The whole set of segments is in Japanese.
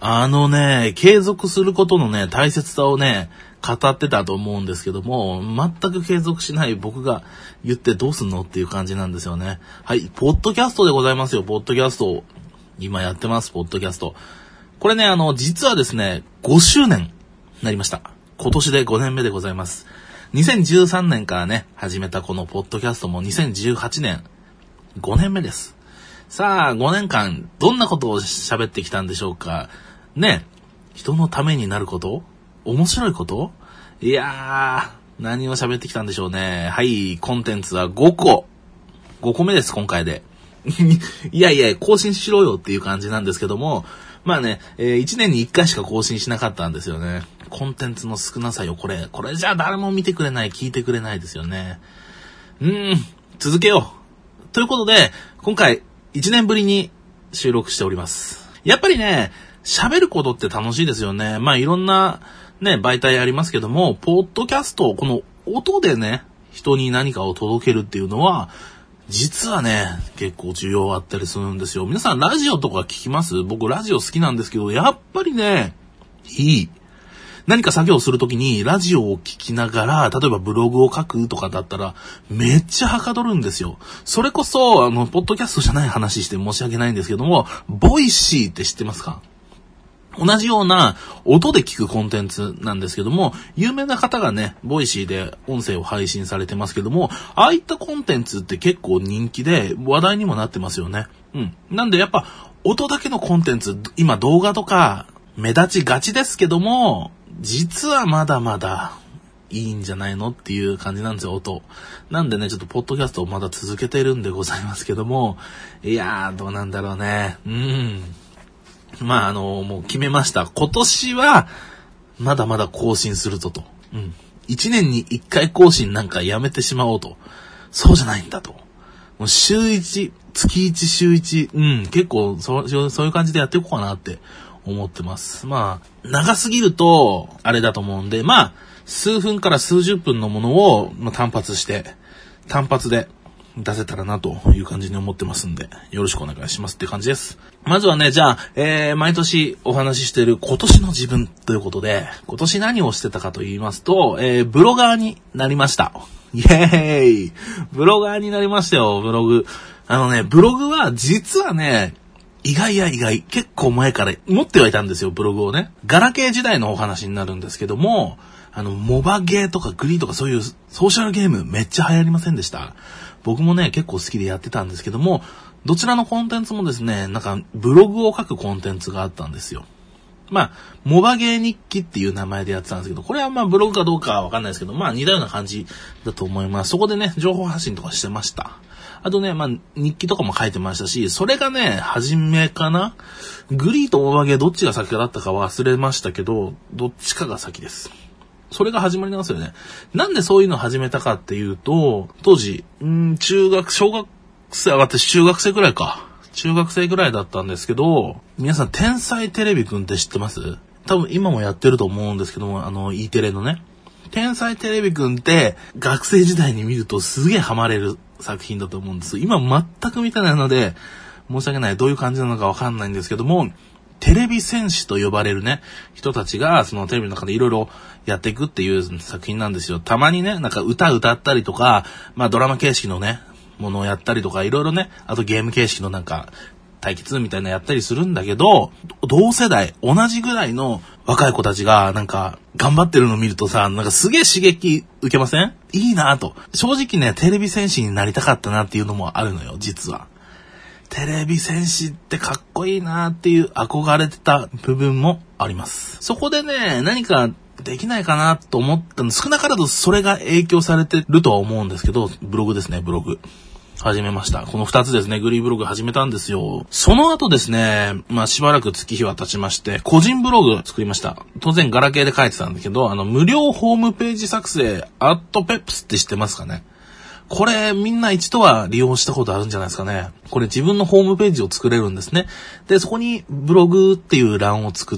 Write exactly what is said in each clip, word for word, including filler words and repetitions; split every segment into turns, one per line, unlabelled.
あのね、継続することのね、大切さをね、語ってたと思うんですけども、全く継続しない僕が言ってどうすんのっていう感じなんですよね。はい、ポッドキャストでございますよ、ポッドキャスト。今やってます、ポッドキャスト。これね、あの、実はですね、ごしゅうねんになりました。今年でごねんめでございます。にせんじゅうさんねんからね、始めたこのポッドキャストもにせんじゅうはちねん、ごねんめです。さあ、ごねんかん、どんなことを喋ってきたんでしょうか。ね、人のためになること？面白いこと？いやー、何を喋ってきたんでしょうね。はい、コンテンツはごこ。ごこめです、今回で。いやいや、更新しろよっていう感じなんですけども、まあね、えー、いちねんにいっかいしか更新しなかったんですよね。コンテンツの少なさよ、これ。これじゃあ誰も見てくれない、聞いてくれないですよね。うーん、続けよう。ということで、今回、いちねんぶりに収録しております。やっぱりね、喋ることって楽しいですよね。まあいろんなね、媒体ありますけども、ポッドキャスト、この音でね、人に何かを届けるっていうのは、実はね、結構需要あったりするんですよ。皆さんラジオとか聞きます？僕ラジオ好きなんですけど、やっぱりね、いい。何か作業するときにラジオを聞きながら、例えばブログを書くとかだったら、めっちゃはかどるんですよ。それこそ、あの、ポッドキャストじゃない話して申し訳ないんですけども、ボイシーって知ってますか？同じような音で聞くコンテンツなんですけども、有名な方がね、ボイシーで音声を配信されてますけども、ああいったコンテンツって結構人気で話題にもなってますよね。うん。なんでやっぱ音だけのコンテンツ、今動画とか目立ちがちですけども、実はまだまだいいんじゃないのっていう感じなんですよ、音。なんでね、ちょっとポッドキャストをまだ続けているんでございますけども、いやー、どうなんだろうね。うん。まあ、あの、もう決めました。今年は、まだまだ更新するぞと。うん。一年に一回更新なんかやめてしまおうと。そうじゃないんだと。もう週一、月一、週一、うん、結構そ、そういう感じでやっていこうかなって思ってます。まあ、長すぎると、あれだと思うんで、まあ、数分から数十分のものを、まあ、単発して、単発で、出せたらなという感じに思ってますんで、よろしくお願いしますって感じです。まずはね、じゃあ、えー、毎年お話ししている今年の自分ということで、今年何をしてたかと言いますと、えー、ブロガーになりました。イェーイ！ブロガーになりましたよ、ブログ。あのね、ブログは実はね、意外や意外、結構前から持ってはいたんですよ、ブログをね。ガラケー時代のお話になるんですけども、あの、モバゲーとかグリーとかそういうソーシャルゲームめっちゃ流行りませんでした？僕もね、結構好きでやってたんですけども、どちらのコンテンツもですね、なんかブログを書くコンテンツがあったんですよ。まあ、モバゲー日記っていう名前でやってたんですけど、これはまあブログかどうかはわかんないですけど、まあ似たような感じだと思います。そこでね、情報発信とかしてました。あとね、まあ日記とかも書いてましたし、それがね、初めかな？グリーとモバゲーどっちが先かだったか忘れましたけど、どっちかが先です。それが始まりなんですよね。なんでそういうのを始めたかっていうと、当時、うーん、中学、小学生、私中学生くらいか。中学生くらいだったんですけど、皆さん天才テレビくんって知ってます？多分今もやってると思うんですけども、あの、E テレのね。天才テレビくんって学生時代に見るとすげえハマれる作品だと思うんです。今全く見てないので、申し訳ない。どういう感じなのかわかんないんですけども、テレビ戦士と呼ばれるね、人たちが、そのテレビの中でいろいろやっていくっていう作品なんですよ。たまにね、なんか歌歌ったりとか、まあドラマ形式のね、ものをやったりとか、いろいろね、あとゲーム形式のなんか、対決みたいなやったりするんだけど、同世代、同じぐらいの若い子たちが、なんか、頑張ってるのを見るとさ、なんかすげえ刺激受けません？いいなぁと。正直ね、テレビ戦士になりたかったなっていうのもあるのよ、実は。テレビ戦士ってかっこいいなっていう憧れてた部分もあります。そこでね、何かできないかなと思ったの、少なからずそれが影響されてるとは思うんですけど、ブログですね、ブログ。始めました。この二つですね、グリーブログ始めたんですよ。その後ですね、まあしばらく月日は経ちまして、個人ブログ作りました。当然ガラケーで書いてたんだけど、あの、無料ホームページ作成、アットペップスって知ってますかね？これみんな一度は利用したことあるんじゃないですかね。これ自分のホームページを作れるんですね。で、そこにブログっていう欄を作って、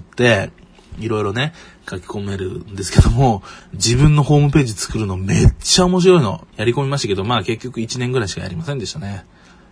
いろいろね、書き込めるんですけども、自分のホームページ作るのめっちゃ面白いの。やり込みましたけど、まあ結局いちねんぐらいしかやりませんでしたね。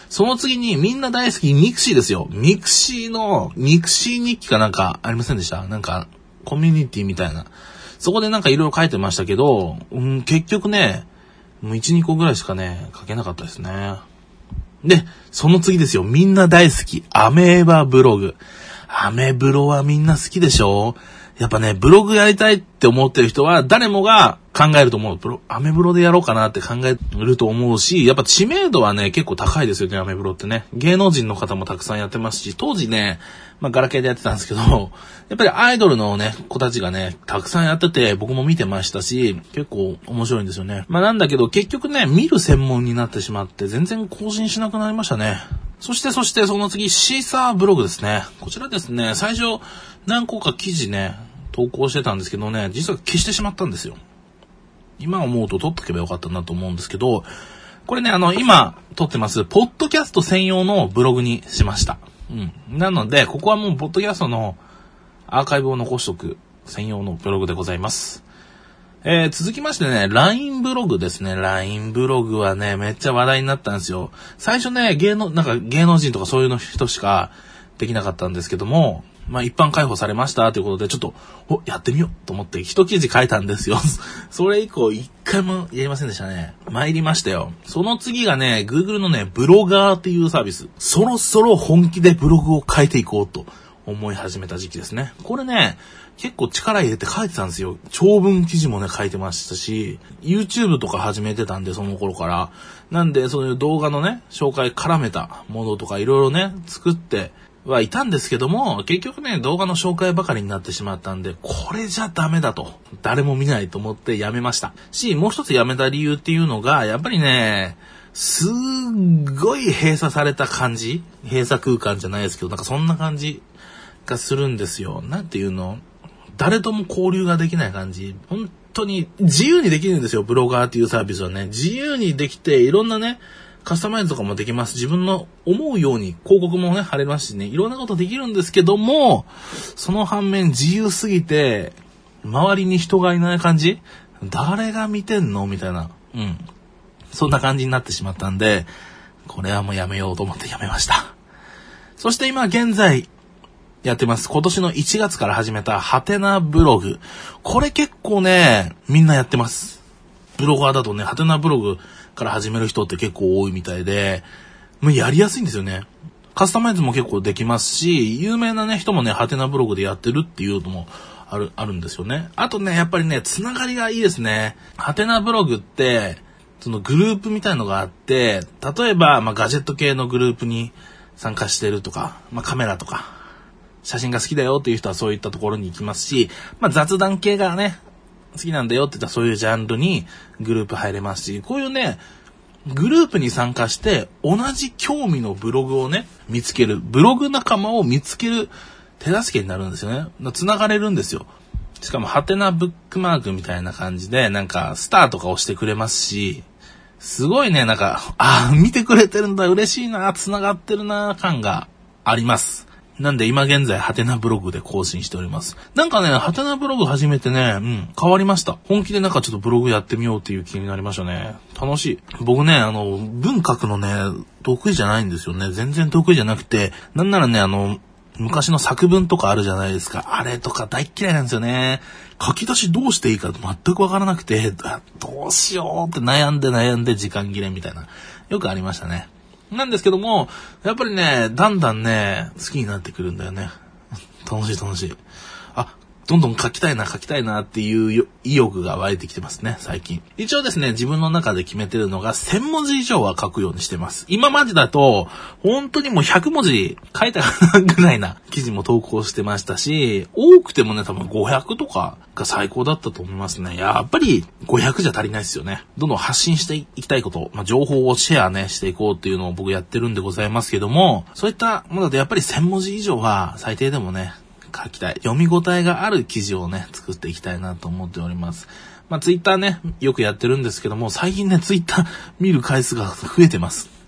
その次にみんな大好きミクシーですよ。ミクシーの、ミクシー日記かなんかありませんでした？なんか、コミュニティみたいな。そこでなんかいろいろ書いてましたけど、うん、結局ね、もういち、にこぐらいしかね、書けなかったですね。で、その次ですよ。みんな大好き。アメーバブログ。アメブロはみんな好きでしょ？やっぱね、ブログやりたいって思ってる人は誰もが考えると思う。ブロ、アメブロでやろうかなって考えると思うし、やっぱ知名度はね、結構高いですよね、アメブロってね。芸能人の方もたくさんやってますし、当時ね、まあガラケーでやってたんですけど、やっぱりアイドルのね、子たちがね、たくさんやってて、僕も見てましたし、結構面白いんですよね。まあなんだけど、結局ね、見る専門になってしまって、全然更新しなくなりましたね。そして、そして、その次、シーサーブログですね。こちらですね、最初、何個か記事ね、投稿してたんですけどね、実は消してしまったんですよ。今思うと撮っとけばよかったなと思うんですけど、これね、あの、今撮ってます、ポッドキャスト専用のブログにしました。うん。なので、ここはもう、ポッドキャストのアーカイブを残しとく専用のブログでございます。えー、続きましてね、ライン ブログですね。ライン ブログはね、めっちゃ話題になったんですよ。最初ね、芸能、なんか芸能人とかそういうの人しかできなかったんですけども、まあ一般開放されましたということで、ちょっと、お、やってみようと思って一記事書いたんですよ。それ以降一回もやりませんでしたね。参りましたよ。その次がね、Google のね、ブロガーっていうサービス。そろそろ本気でブログを書いていこうと思い始めた時期ですね。これね、結構力入れて書いてたんですよ。長文記事もね、書いてましたし、YouTube とか始めてたんで、その頃から。なんで、そういう動画のね、紹介絡めたものとかいろいろね、作ってはいたんですけども、結局ね、動画の紹介ばかりになってしまったんで、これじゃダメだと。誰も見ないと思ってやめました。し、もう一つやめた理由っていうのが、やっぱりね、すっごい閉鎖された感じ？閉鎖空間じゃないですけど、なんかそんな感じがするんですよ。なんていうの？誰とも交流ができない感じ。本当に自由にできるんですよ、ブロガーっていうサービスはね。自由にできて、いろんなね、カスタマイズとかもできます。自分の思うように広告もね、貼れますしね、いろんなことできるんですけども、その反面自由すぎて、周りに人がいない感じ？誰が見てんの？みたいな。うん。そんな感じになってしまったんで、これはもうやめようと思ってやめました。そして今現在、やってます。今年のいちがつから始めたハテナブログ。これ結構ね、みんなやってます。ブロガーだとね、ハテナブログから始める人って結構多いみたいで、もうやりやすいんですよね。カスタマイズも結構できますし、有名なね、人もね、ハテナブログでやってるっていうのもある、あるんですよね。あとね、やっぱりね、つながりがいいですね。ハテナブログって、そのグループみたいのがあって、例えば、まあ、ガジェット系のグループに参加してるとか、まあ、カメラとか、写真が好きだよっていう人はそういったところに行きますし、まあ雑談系がね、好きなんだよって言ったらそういうジャンルにグループ入れますし、こういうね、グループに参加して同じ興味のブログをね、見つける。ブログ仲間を見つける手助けになるんですよね。繋がれるんですよ。しかもハテナブックマークみたいな感じで、なんかスターとか押してくれますし、すごいね、なんか、ああ、見てくれてるんだ、嬉しいな、繋がってるな、感があります。なんで今現在ハテナブログで更新しております。なんかね、ハテナブログ始めてね、うん、変わりました。本気でなんかちょっとブログやってみようっていう気になりましたね。楽しい。僕ね、あの、文書くのね、得意じゃないんですよね。全然得意じゃなくて、なんならね、あの、昔の作文とかあるじゃないですか。あれとか大嫌いなんですよね。書き出しどうしていいか全くわからなくて、どうしようって悩んで悩んで時間切れみたいな。よくありましたね。なんですけども、やっぱりね、だんだんね、好きになってくるんだよね。楽しい楽しい。あ、どんどん書きたいな書きたいなっていう意欲が湧いてきてますね、最近。一応ですね、自分の中で決めてるのがせんもじ以上は書くようにしてます。今までだと、本当にもうひゃくもじ書いたぐらいな記事も投稿してましたし、多くてもね、多分ごひゃくとかが最高だったと思いますね。やっぱりごひゃくじゃ足りないですよね。どんどん発信していきたいこと、まあ、情報をシェアね、していこうっていうのを僕やってるんでございますけども、そういったものだとやっぱりせんもじ以上は最低でもね、書きたい。読み応えがある記事をね、作っていきたいなと思っております。まあ、ツイッターね、よくやってるんですけども、最近ね、ツイッター見る回数が増えてます。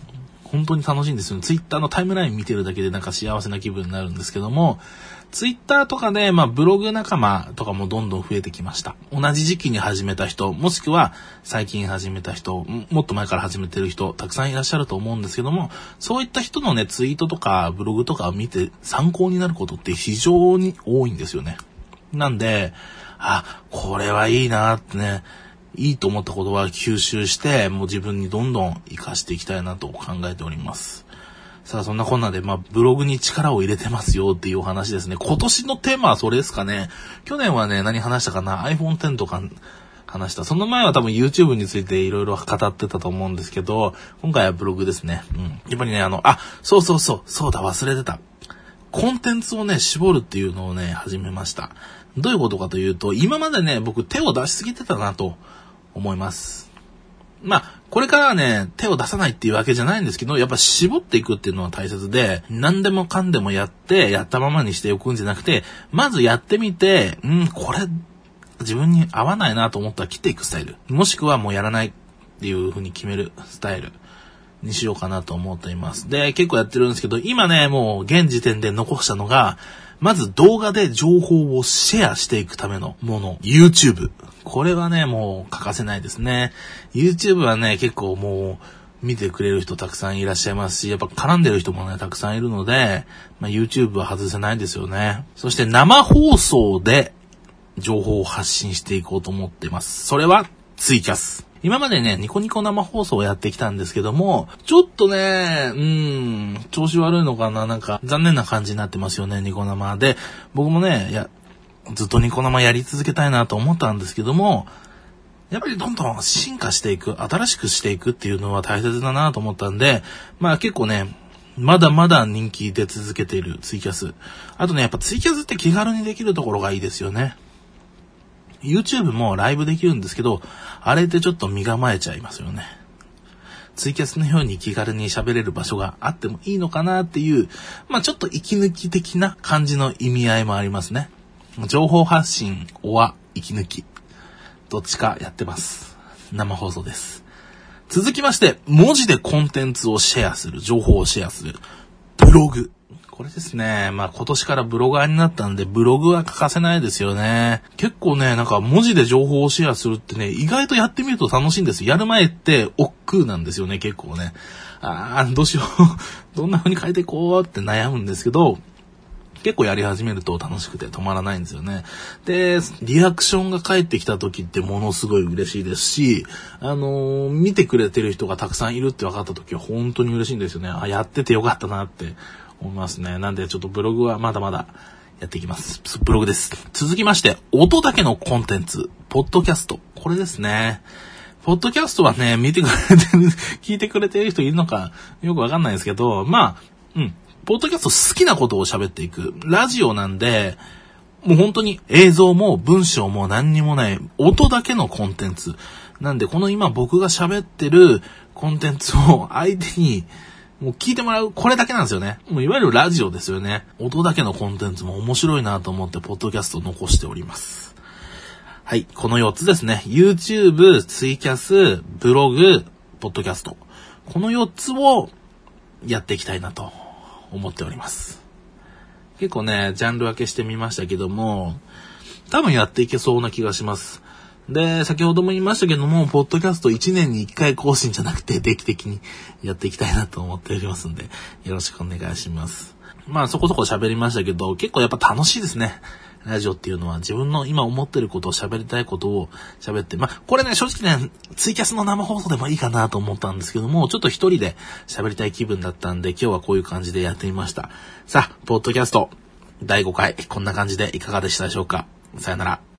本当に楽しいんですよ。ツイッターのタイムライン見てるだけでなんか幸せな気分になるんですけども、ツイッターとかで、まあブログ仲間とかもどんどん増えてきました。同じ時期に始めた人、もしくは最近始めた人、もっと前から始めてる人、たくさんいらっしゃると思うんですけども、そういった人のね、ツイートとかブログとかを見て参考になることって非常に多いんですよね。なんで、あ、これはいいなってね、いいと思ったことは吸収して、もう自分にどんどん活かしていきたいなと考えております。さあ、そんなこんなで、まあ、ブログに力を入れてますよっていうお話ですね。今年のテーマはそれですかね。去年はね、何話したかな ?アイフォンテン とか話した。その前は多分 YouTube についていろいろ語ってたと思うんですけど、今回はブログですね。うん。やっぱりね、あの、あ、そうそうそう、そうだ、忘れてた。コンテンツをね、絞るっていうのをね、始めました。どういうことかというと、今までね、僕手を出しすぎてたなと思います。まあ、これからはね、手を出さないっていうわけじゃないんですけど、やっぱ絞っていくっていうのは大切で、何でもかんでもやって、やったままにしておくんじゃなくて、まずやってみて、うん、これ、自分に合わないなと思ったら切っていくスタイル。もしくはもうやらないっていう風に決めるスタイルにしようかなと思っています。で、結構やってるんですけど、今ね、もう現時点で残したのが、まず動画で情報をシェアしていくためのもの。YouTube。これはね、もう欠かせないですね。YouTube はね、結構もう見てくれる人たくさんいらっしゃいますし、やっぱ絡んでる人もね、たくさんいるので、まあ、YouTube は外せないですよね。そして生放送で情報を発信していこうと思っています。それはツイキャス。今までね、ニコニコ生放送をやってきたんですけども、ちょっとね、うーん、調子悪いのかな、なんか残念な感じになってますよね、ニコ生で。僕もね、いや、ずっとニコ生やり続けたいなと思ったんですけども、やっぱりどんどん進化していく、新しくしていくっていうのは大切だなと思ったんで、まあ結構ね、まだまだ人気出続けているツイキャス。あとね、やっぱツイキャスって気軽にできるところがいいですよね。YouTube もライブできるんですけど、あれってちょっと身構えちゃいますよね。ツイキャスのように気軽に喋れる場所があってもいいのかなっていう、まあちょっと息抜き的な感じの意味合いもありますね。情報発信、おわ、息抜き。どっちかやってます。生放送です。続きまして、文字でコンテンツをシェアする、情報をシェアする。ブログ。これですね。まあ今年からブロガーになったんで、ブログは欠かせないですよね。結構ね、なんか文字で情報をシェアするってね、意外とやってみると楽しいんですよ。やる前って億劫なんですよね、結構ね。あー、どうしよう。どんな風に書いていこうって悩むんですけど、結構やり始めると楽しくて止まらないんですよね。で、リアクションが返ってきた時ってものすごい嬉しいですし、あのー、見てくれてる人がたくさんいるって分かった時は本当に嬉しいんですよね。あ、やっててよかったなって思いますね。なんでちょっとブログはまだまだやっていきます。ブログです。続きまして、音だけのコンテンツ、ポッドキャスト。これですね。ポッドキャストはね、見てくれてる、聞いてくれてる人いるのかよくわかんないですけど、まあ、うん。ポッドキャスト好きなことを喋っていく。ラジオなんで、もう本当に映像も文章も何にもない音だけのコンテンツ。なんでこの今僕が喋ってるコンテンツを相手にもう聞いてもらう、これだけなんですよね。もういわゆるラジオですよね。音だけのコンテンツも面白いなと思ってポッドキャストを残しております。はい、このよっつですね。YouTube、ツイキャス、ブログ、ポッドキャスト。このよっつをやっていきたいなと思っております。結構ね、ジャンル分けしてみましたけども、多分やっていけそうな気がします。で、先ほども言いましたけども、ポッドキャストいちねんにいっかい更新じゃなくて定期的にやっていきたいなと思っておりますんで、よろしくお願いします。まあそこそこ喋りましたけど、結構やっぱ楽しいですね。ラジオっていうのは自分の今思ってることを喋りたいことを喋って、まあこれね正直ねツイキャスの生放送でもいいかなと思ったんですけども、ちょっと一人で喋りたい気分だったんで今日はこういう感じでやってみました。さあ、ポッドキャストだいごかいこんな感じでいかがでしたでしょうか。さよなら。